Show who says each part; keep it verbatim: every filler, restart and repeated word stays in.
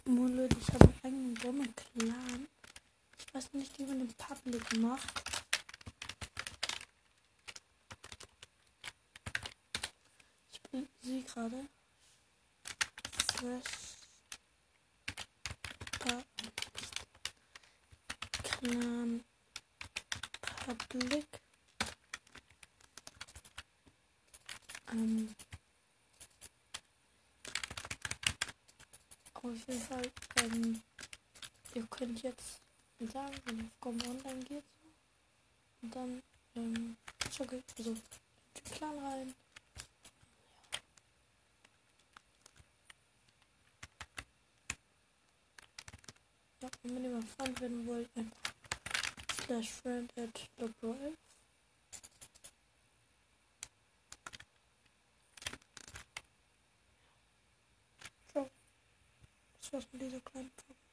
Speaker 1: Moin Leute, ich habe einen eigenen Bomben-Clan. Ich weiß nicht, wie man den Public macht. Ich bin sie gerade. Slash Clan Public. Ähm, auf jeden Fall, ähm, ihr könnt jetzt sagen, wenn ihr auf Kommen online geht, und dann, ähm, also in den Clan rein. Ja, und wenn ihr mal Freund werden wollt, einfach slash friend at lobroel. Ciao. Das war's mit dieser kleinen Folge.